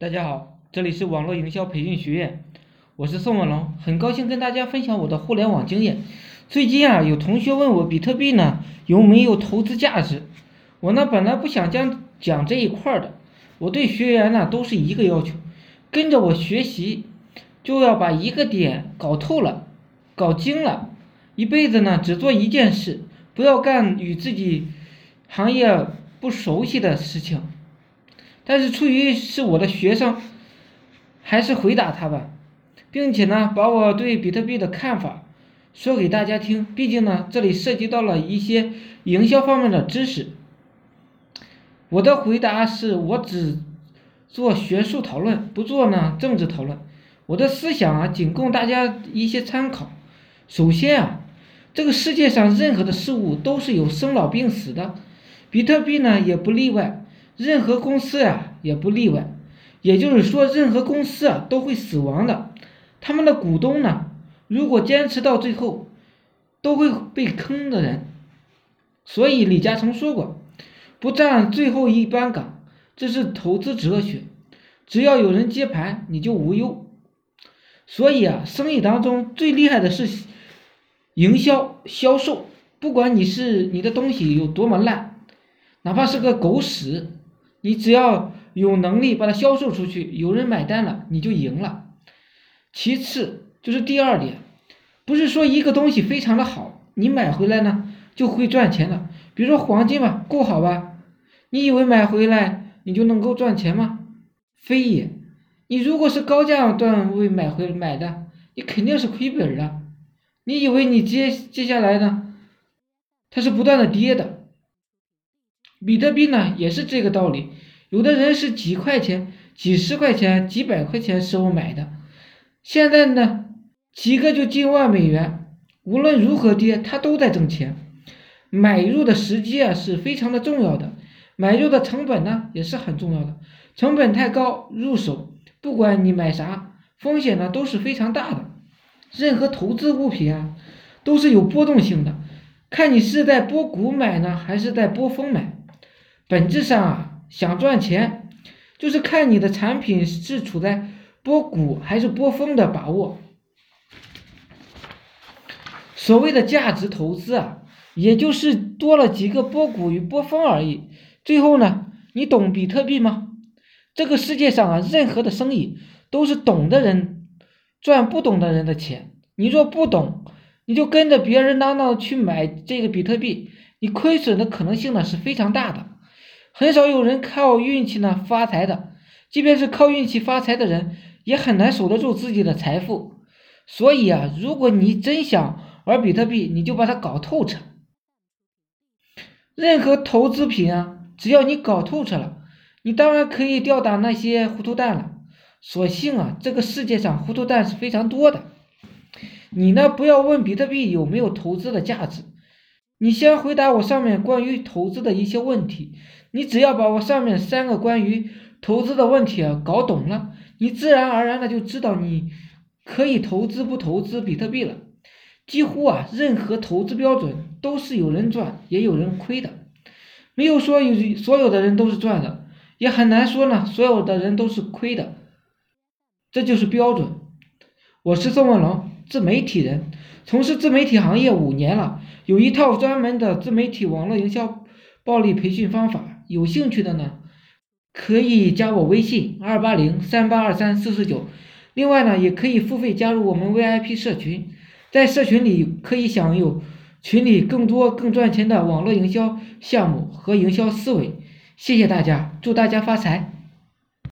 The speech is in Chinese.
大家好，这里是网络营销培训学院，我是宋文龙，很高兴跟大家分享我的互联网经验。最近有同学问我比特币有没有投资价值，我本来不想讲这一块的，我对学员都是一个要求，跟着我学习就要把一个点搞透了，搞精了，一辈子只做一件事，不要干与自己行业不熟悉的事情。但是出于是我的学生，还是回答他吧，并且把我对比特币的看法说给大家听。毕竟这里涉及到了一些营销方面的知识。我的回答是我只做学术讨论，不做政治讨论。我的思想仅供大家一些参考。首先这个世界上任何的事物都是有生老病死的，比特币也不例外。任何公司也不例外，也就是说任何公司都会死亡的，他们的股东如果坚持到最后都会被坑的人。所以李嘉诚说过，不占最后一班岗，这是投资哲学，只要有人接盘你就无忧。所以生意当中最厉害的是营销销售，不管你的东西有多么烂，哪怕是个狗屎，你只要有能力把它销售出去，有人买单了，你就赢了。其次就是第二点，不是说一个东西非常的好，你买回来就会赚钱的。比如说黄金吧，够好吧，你以为买回来你就能够赚钱吗？非也。你如果是高价段位买的，你肯定是亏本的。你以为你接下来它是不断的跌的。比特币也是这个道理，有的人是几块钱、几十块钱、几百块钱时候买的，现在几个就近万美元，无论如何跌，它都在挣钱。买入的时机是非常的重要的，买入的成本也是很重要的，成本太高，入手不管你买啥，风险都是非常大的。任何投资物品都是有波动性的，看你是在波谷买还是在波峰买。本质上想赚钱，就是看你的产品是处在波谷还是波峰的把握。所谓的价值投资也就是多了几个波谷与波峰而已。最后你懂比特币吗？这个世界上任何的生意都是懂的人赚不懂的人的钱。你若不懂，你就跟着别人去买这个比特币，你亏损的可能性是非常大的。很少有人靠运气发财的，即便是靠运气发财的人，也很难守得住自己的财富。所以如果你真想玩比特币，你就把它搞透彻。任何投资品只要你搞透彻了，你当然可以吊打那些糊涂蛋了。所幸这个世界上糊涂蛋是非常多的。你不要问比特币有没有投资的价值，你先回答我上面关于投资的一些问题。你只要把我上面3个关于投资的问题搞懂了，你自然而然的就知道你可以投资不投资比特币了。几乎任何投资标准都是有人赚也有人亏的，没有说所有的人都是赚的，也很难说所有的人都是亏的，这就是标准。我是宋文龙，自媒体人，从事自媒体行业5年了，有一套专门的自媒体网络营销暴力培训方法，有兴趣的可以加我微信28038234449，另外也可以付费加入我们 VIP 社群，在社群里可以享有群里更多更赚钱的网络营销项目和营销思维。谢谢大家，祝大家发财。